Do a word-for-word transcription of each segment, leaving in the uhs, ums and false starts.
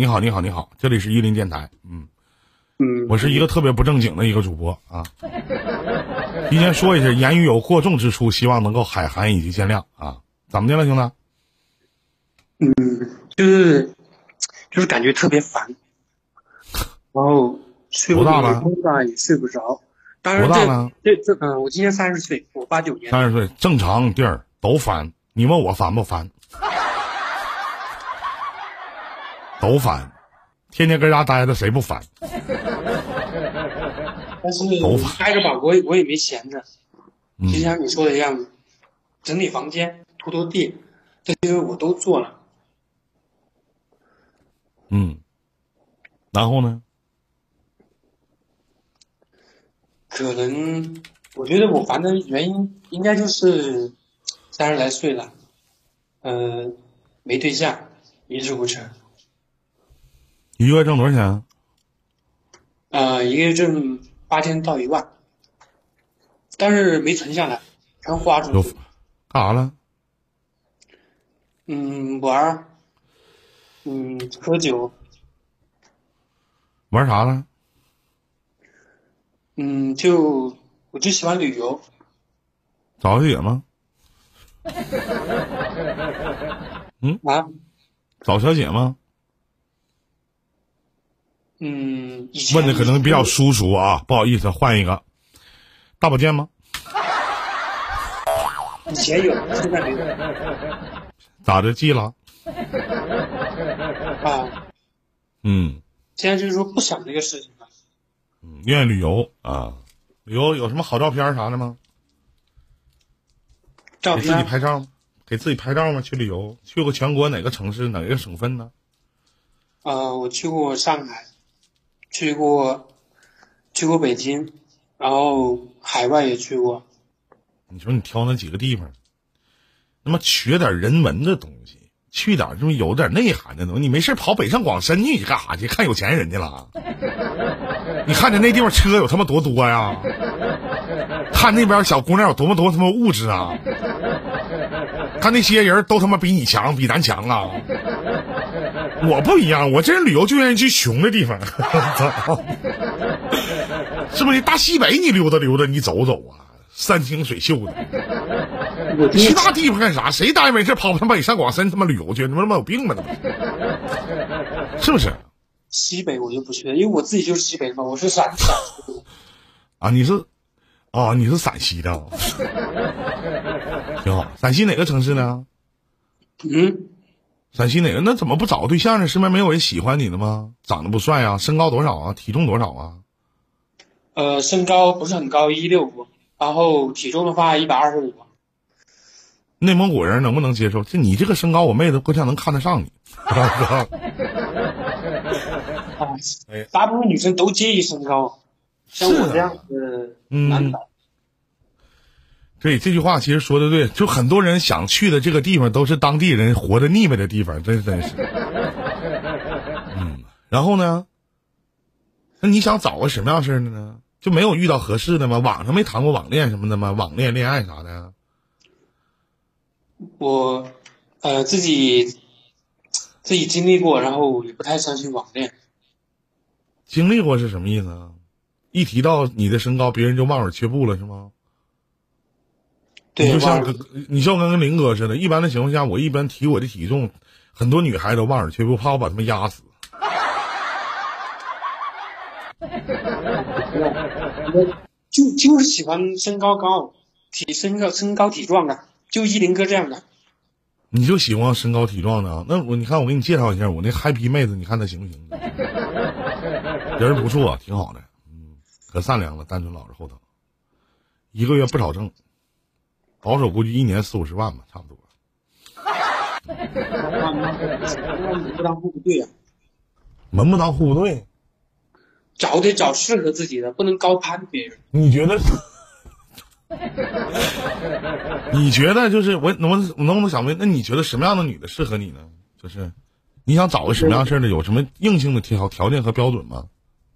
你好，你好，你好，这里是伊林电台。嗯嗯， 我是一个特别不正经的一个主播啊。提前说一下，言语有过重之处，希望能够海涵以及见谅啊。怎么的了，兄弟？ 嗯，就是就是感觉特别烦，然后睡不着， 多大了？ 吧也睡不着。当然多大了？ 这这嗯、呃，我今年三十岁，我八九年。 三十岁，正常地儿都烦。你问我烦不烦？都烦，天天搁家待着，谁不烦？ 但是都烦待着吧，我也我也没闲着。 嗯就像你说的一样，整理房间、拖拖地，这些我都做了。 嗯，然后呢？ 可能我觉得我烦的原因应该就是三十来岁了，呃，没对象，一事无成。 一个月挣多少钱啊？ 呃，一个月挣八千到一万，但是没存下来，全花出有去。 干啥了？ 嗯，玩儿，嗯，喝酒， 玩啥了？ 嗯，就我就喜欢旅游。 找小姐吗？嗯啊， 找小姐吗？ 嗯，以前问的可能比较叔叔啊，不好意思，换一个。大保健吗？ 以前有，现在没有。 咋的？记了？ 啊， 嗯现在就是说不想这个事情了。 嗯，愿意旅游啊？旅游有什么好照片啥的吗？给自己照片， 拍照吗？给自己拍照吗？去旅游，去过全国哪个城市哪个省份呢？ 呃，我去过上海，去过，去过北京，然后海外也去过。 你说你挑那几个地方，那么学点人文的东西，去点这么有点内涵的东西。你没事跑北上广深去干啥去？看有钱人去了？你看着那地方车有他妈多多呀？看那边小姑娘有多么多他妈物质啊？看那些人都他妈比你强，比咱强啊！我不一样，我这人旅游就愿意去穷的地方，是不是？大西北你溜达溜达，你走走啊，山清水秀的。 我去那地方干啥？谁单没事跑他妈北上广深他妈旅游去？他妈他妈有病吧？是不是？ 西北我就不去了，因为我自己就是西北的嘛，我是陕陕西的。 啊，你是啊，你是陕西的，挺好。陕西哪个城市呢？ 嗯， 陕西哪个？那怎么不找个对象呢？身边没有人喜欢你的吗？长得不帅啊？身高多少啊？体重多少啊？ 呃，身高不是很高，一六五，然后体重的话一百二十五。 内蒙古人能不能接受？就你这个身高，我妹子不想能看得上你。 啊， 哎大部分女生都介意身高，像是啊我这样子嗯男的。 对，这句话其实说的对，就很多人想去的这个地方都是当地人活得腻歪的地方，真真是。嗯，然后呢？那你想找个什么样式的呢？就没有遇到合适的吗？网上没谈过网恋什么的吗？网恋、恋爱啥的呀？ 我呃自己自己经历过，然后也不太相信网恋。 经历过是什么意思啊？一提到你的身高，别人就望而却步了是吗？ 对， 你就像忘了跟你就跟跟林哥似的，一般的情况下，我一般提我的体重，很多女孩都望而却步，怕我把他们压死。 就就是喜欢身高高、体身高身高体壮的，就依林哥这样的。 你就喜欢身高体壮的啊？那我你看我给你介绍一下，我那嗨皮妹子，你看她行不行？人不错，挺好的，嗯，可善良了，单纯老实厚道，一个月不少挣，保守估计一年四五十万吧，差不多。 门不当户不对呀、 门不当户不对， 找得找适合自己的，不能高攀别人。 你觉得？你觉得就是我能不能我能不能想问，那你觉得什么样的女的适合你呢？就是你想找个什么样式的？有什么硬性的条条件和标准吗？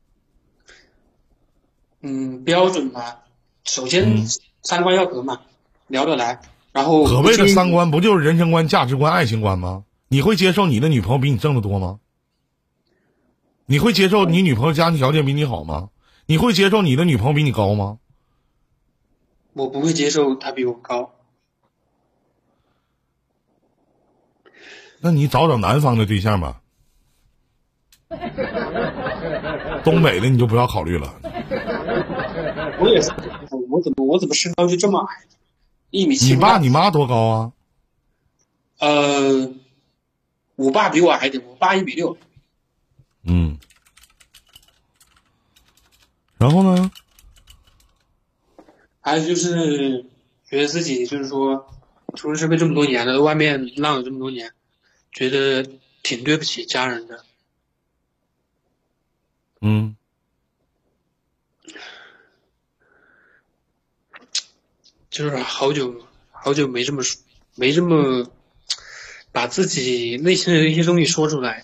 嗯，标准嘛，首先嗯三观要合嘛，聊得来。然后所谓的三观不就是人生观、价值观、爱情观吗？你会接受你的女朋友比你挣得多吗？ 你会接受你女朋友家庭条件比你好吗？你会接受你的女朋友比你高吗？ 我不会接受她比我高。 那你找找南方的对象吧，东北的你就不要考虑了。 我也是，我怎么我怎么身高就这么矮？一米七。 你爸你妈多高啊？ 呃，我爸比我矮点，我爸一米六。 嗯。然后呢？ 还有就是觉得自己就是说，出了社会这么多年了，在外面浪了这么多年，觉得挺对不起家人的。 嗯。 就是好久好久没这么没这么把自己内心的一些东西说出来。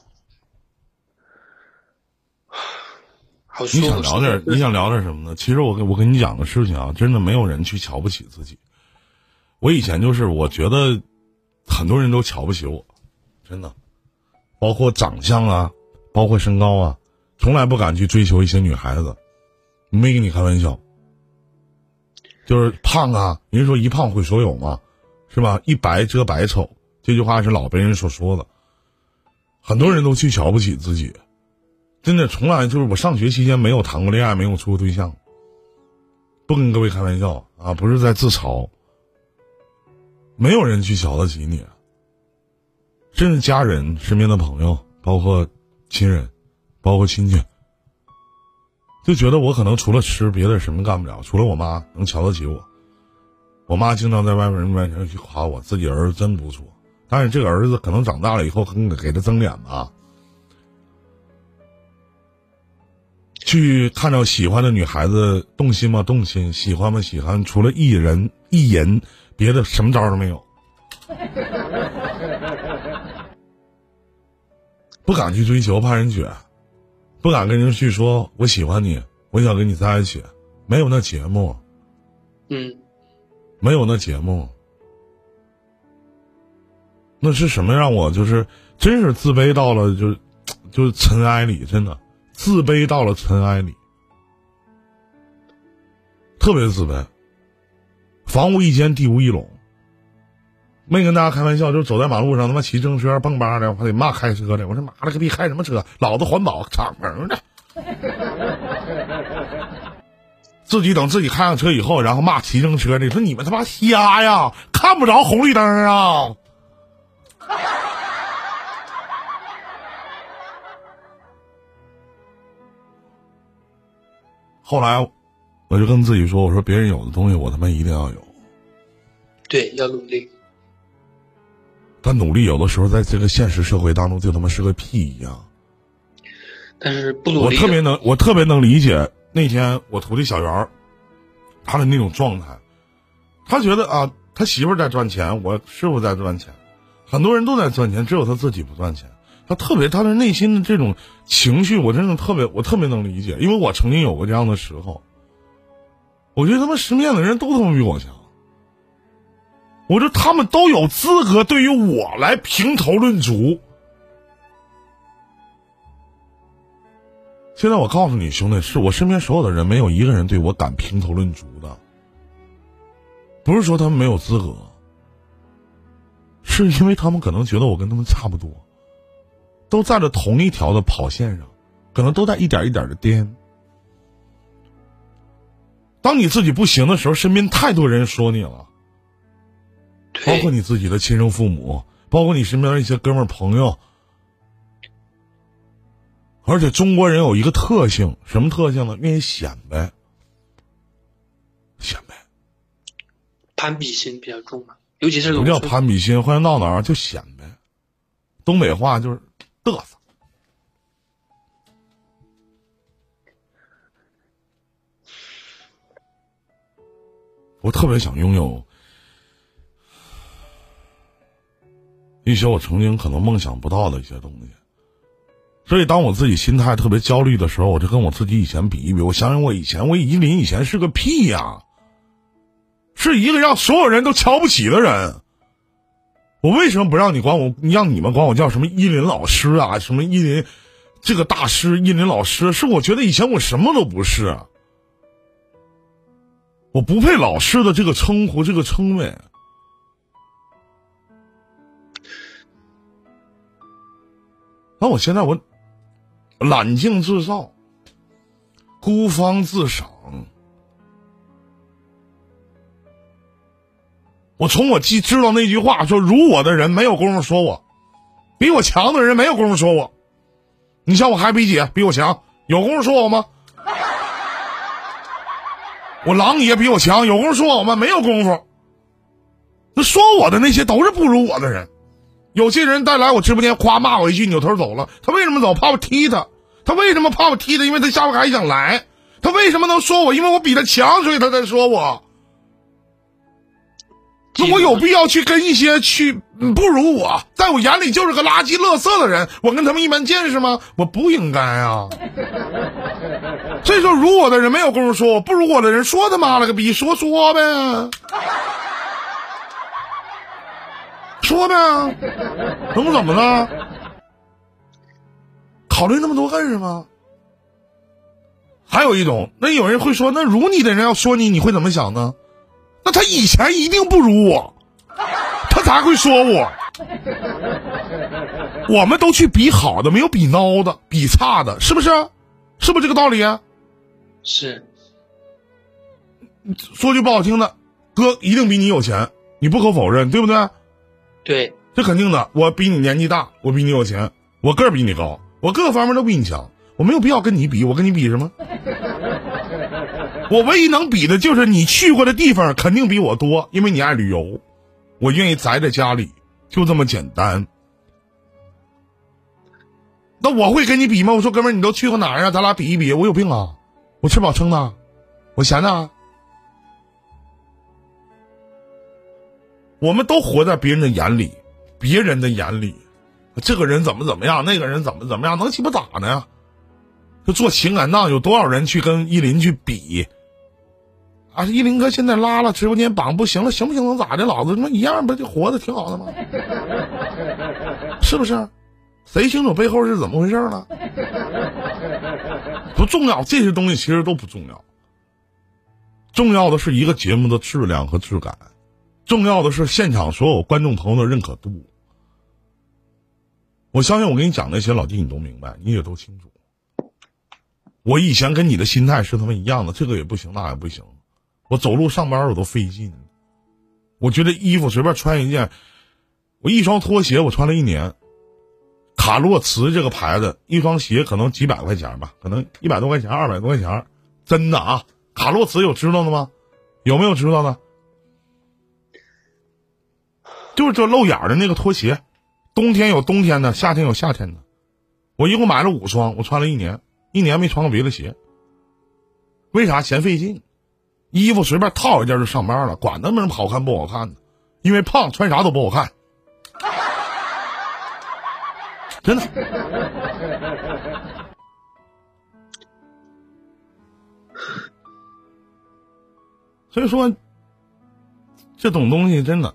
好说。 你想聊点你想聊点什么呢？其实我跟我跟你讲个事情啊，真的没有人去瞧不起自己。我以前就是我觉得很多人都瞧不起我，真的，包括长相啊，包括身高啊，从来不敢去追求一些女孩子，没跟你开玩笑。就是胖啊，人说一胖毁所有嘛，是吧？一白遮百丑，这句话是老被人所说的。很多人都去瞧不起自己，真的，从来就是我上学期间没有谈过恋爱，没有处过对象，不跟各位开玩笑啊，不是在自嘲。没有人去瞧得起你，甚至家人、身边的朋友，包括亲人，包括亲戚，就觉得我可能除了吃别的什么干不了，除了我妈能瞧得起我。我妈经常在外面人面前去夸我自己儿子真不错，但是这个儿子可能长大了以后可能给他增脸吧。去看到喜欢的女孩子动心吗？动心。喜欢吗？喜欢。除了一人一人，别的什么招都没有。不敢去追求，怕人卷，不敢跟人去说我喜欢你，我想跟你在一起，没有那节目。 嗯， 没有那节目。那是什么让我就是真是自卑到了就就是尘埃里，真的自卑到了尘埃里，特别自卑。房无一间，地无一垄。没跟大家开玩笑，就走在马路上，他妈骑自行车蹦吧的，我得骂开车的。我说妈了个逼，开什么车？老子环保敞篷的。自己等自己开上车以后，然后骂骑自行车的，说你们他妈瞎呀，看不着红绿灯啊！后来我就跟自己说，我说别人有的东西我他妈一定要有。 对，要努力。 但努力有的时候在这个现实社会当中就他妈是个屁一样。 但是不努力， 我特别能我特别能理解那天我徒弟小袁他的那种状态。他觉得啊，他媳妇在赚钱，我师傅在赚钱，很多人都在赚钱，只有他自己不赚钱。他特别他的内心的这种情绪，我真的特别我特别能理解，因为我曾经有过这样的时候。我觉得他们身边的人都他妈比我强，我说他们都有资格对于我来评头论足。现在我告诉你兄弟，是我身边所有的人没有一个人对我敢评头论足的。不是说他们没有资格，是因为他们可能觉得我跟他们差不多，都在了同一条的跑线上，可能都在一点一点的颠。当你自己不行的时候，身边太多人说你了，包括你自己的亲生父母，包括你身边的一些哥们儿朋友。而且中国人有一个特性，什么特性呢？愿意显摆，显摆， 攀比心比较重嘛，尤其是不叫攀比心，欢迎到哪儿就显摆，东北话就是嘚瑟。我特别想拥有一些我曾经可能梦想不到的一些东西。所以当我自己心态特别焦虑的时候，我就跟我自己以前比一比。我想想我以前，我依林以前是个屁呀，是一个让所有人都瞧不起的人。我为什么不让你管我，你让你们管我叫什么依林老师啊，什么依林这个大师依林老师，是我觉得以前我什么都不是，我不配老师的这个称呼，这个称谓。那我现在我揽镜自照，孤芳自赏。我从我记知道那句话说，如我的人没有功夫说我，比我强的人没有功夫说我。你像我海比姐比我强，有功夫说我吗？我狼爷比我强，有功夫说我吗？没有功夫。那说我的那些都是不如我的人。有些人带来我直播间夸骂我一句扭头走了，他为什么走？怕我踢他。他为什么怕我踢他？因为他下回还想来。他为什么能说我？因为我比他强，所以他才说我。那我有必要去跟一些去不如我，在我眼里就是个垃圾垃圾的人，我跟他们一般见识吗？我不应该啊。所以说，如我的人没有功夫说我，不如我的人说他妈了个逼，说说呗，说呗，能怎么了？考虑那么多干什么？还有一种，那有人会说，那如你的人要说你，你会怎么想呢？那他以前一定不如我，他才会说我。我们都去比好的，没有比孬的，比差的，是不是？是不是这个道理啊？ 是。 说句不好听的，哥一定比你有钱，你不可否认，对不对？ 对， 这肯定的。我比你年纪大，我比你有钱，我个儿比你高，我各个方面都比你强，我没有必要跟你比，我跟你比什么？我唯一能比的就是你去过的地方肯定比我多，因为你爱旅游，我愿意宅在家里，就这么简单。那我会跟你比吗？我说哥们儿，你都去过哪儿啊？咱俩比一比。我有病啊？我吃饱撑的？我闲的？我们都活在别人的眼里，别人的眼里，这个人怎么怎么样，那个人怎么怎么样，能鸡巴咋呢呀？就做情感档，有多少人去跟依林去比？啊，依林哥现在拉了直播间榜不行了，行不行？能咋的？老子他妈一样不就活得挺好的吗？是不是？谁清楚背后是怎么回事呢？不重要，这些东西其实都不重要。重要的是一个节目的质量和质感，重要的是现场所有观众朋友的认可度。我相信我跟你讲那些老弟你都明白，你也都清楚。我以前跟你的心态是他妈一样的，这个也不行，那也不行。我走路上班我都费劲，我觉得衣服随便穿一件，我一双拖鞋我穿了一年，卡洛茨这个牌子一双鞋可能几百块钱吧，可能一百多块钱二百多块钱，真的啊。卡洛茨有知道的吗？有没有知道的？就是这露眼的那个拖鞋，冬天有冬天的，夏天有夏天的。我一共买了五双，我穿了一年，一年没穿过别的鞋。为啥？嫌费劲，衣服随便套一件就上班了，管他们好看不好看的，因为胖穿啥都不好看，真的。所以说，这种东西真的，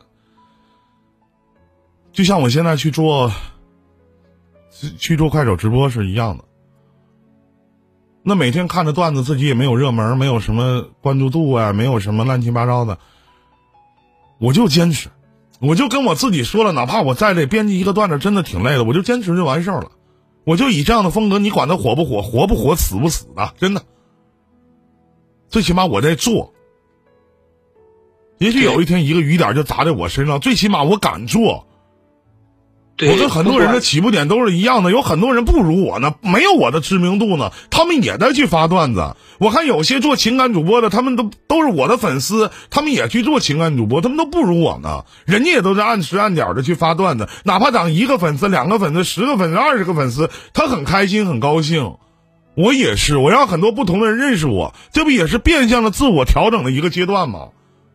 就像我现在去做去做快手直播是一样的。那每天看着段子，自己也没有热门，没有什么关注度啊，没有什么乱七八糟的，我就坚持，我就跟我自己说了，哪怕我在这编辑一个段子真的挺累的，我就坚持就完事儿了。我就以这样的风格，你管它火不火，活不活，死不死的，真的。最起码我在做。也许有一天一个雨点就砸在我身上，最起码我敢做。我跟很多人的起步点都是一样的，有很多人不如我呢，没有我的知名度呢，他们也在去发段子。我看有些做情感主播的，他们都都是我的粉丝，他们也去做情感主播，他们都不如我呢。人家也都是按时按点的去发段子，哪怕涨一个粉丝、两个粉丝、十个粉丝、二十个粉丝，他很开心很高兴。我也是，我让很多不同的人认识我，这不也是变相的自我调整的一个阶段吗？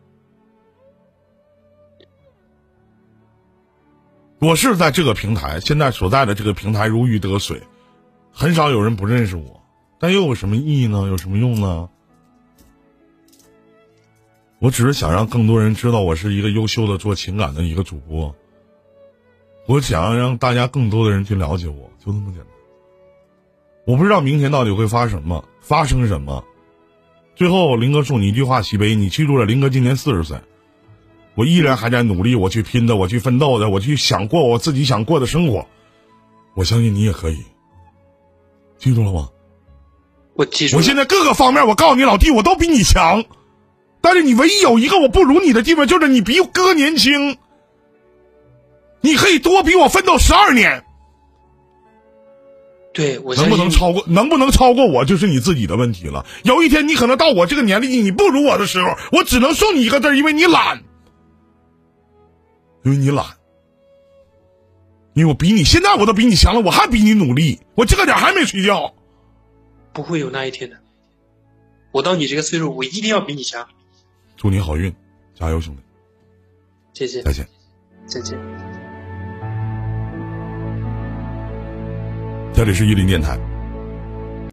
我是在这个平台，现在所在的这个平台如鱼得水，很少有人不认识我，但又有什么意义呢？有什么用呢？我只是想让更多人知道我是一个优秀的做情感的一个主播，我想要让大家更多的人去了解我，就那么简单。 我不知道明天到底会发生什么，发生什么。最后林哥送你一句话喜悲，你记住了，林哥今年四十岁，我依然还在努力，我去拼的，我去奋斗的，我去想过我自己想过的生活。我相信你也可以，记住了吗？ 我记住了。 我现在各个方面，我告诉你老弟，我都比你强，但是你唯一有一个我不如你的地方，就是你比哥年轻，你可以多比我奋斗十二年。 对，我能不能超过，能不能超过我，就是你自己的问题了。有一天你可能到我这个年龄，你不如我的时候，我只能送你一个字，因为你懒，因为你懒。因为我比你现在我都比你强了，我还比你努力，我这个点还没睡觉。 不会有那一天的，我到你这个岁数，我一定要比你强。 祝你好运，加油兄弟。 谢谢， 再见， 再见。 这里是伊林电台。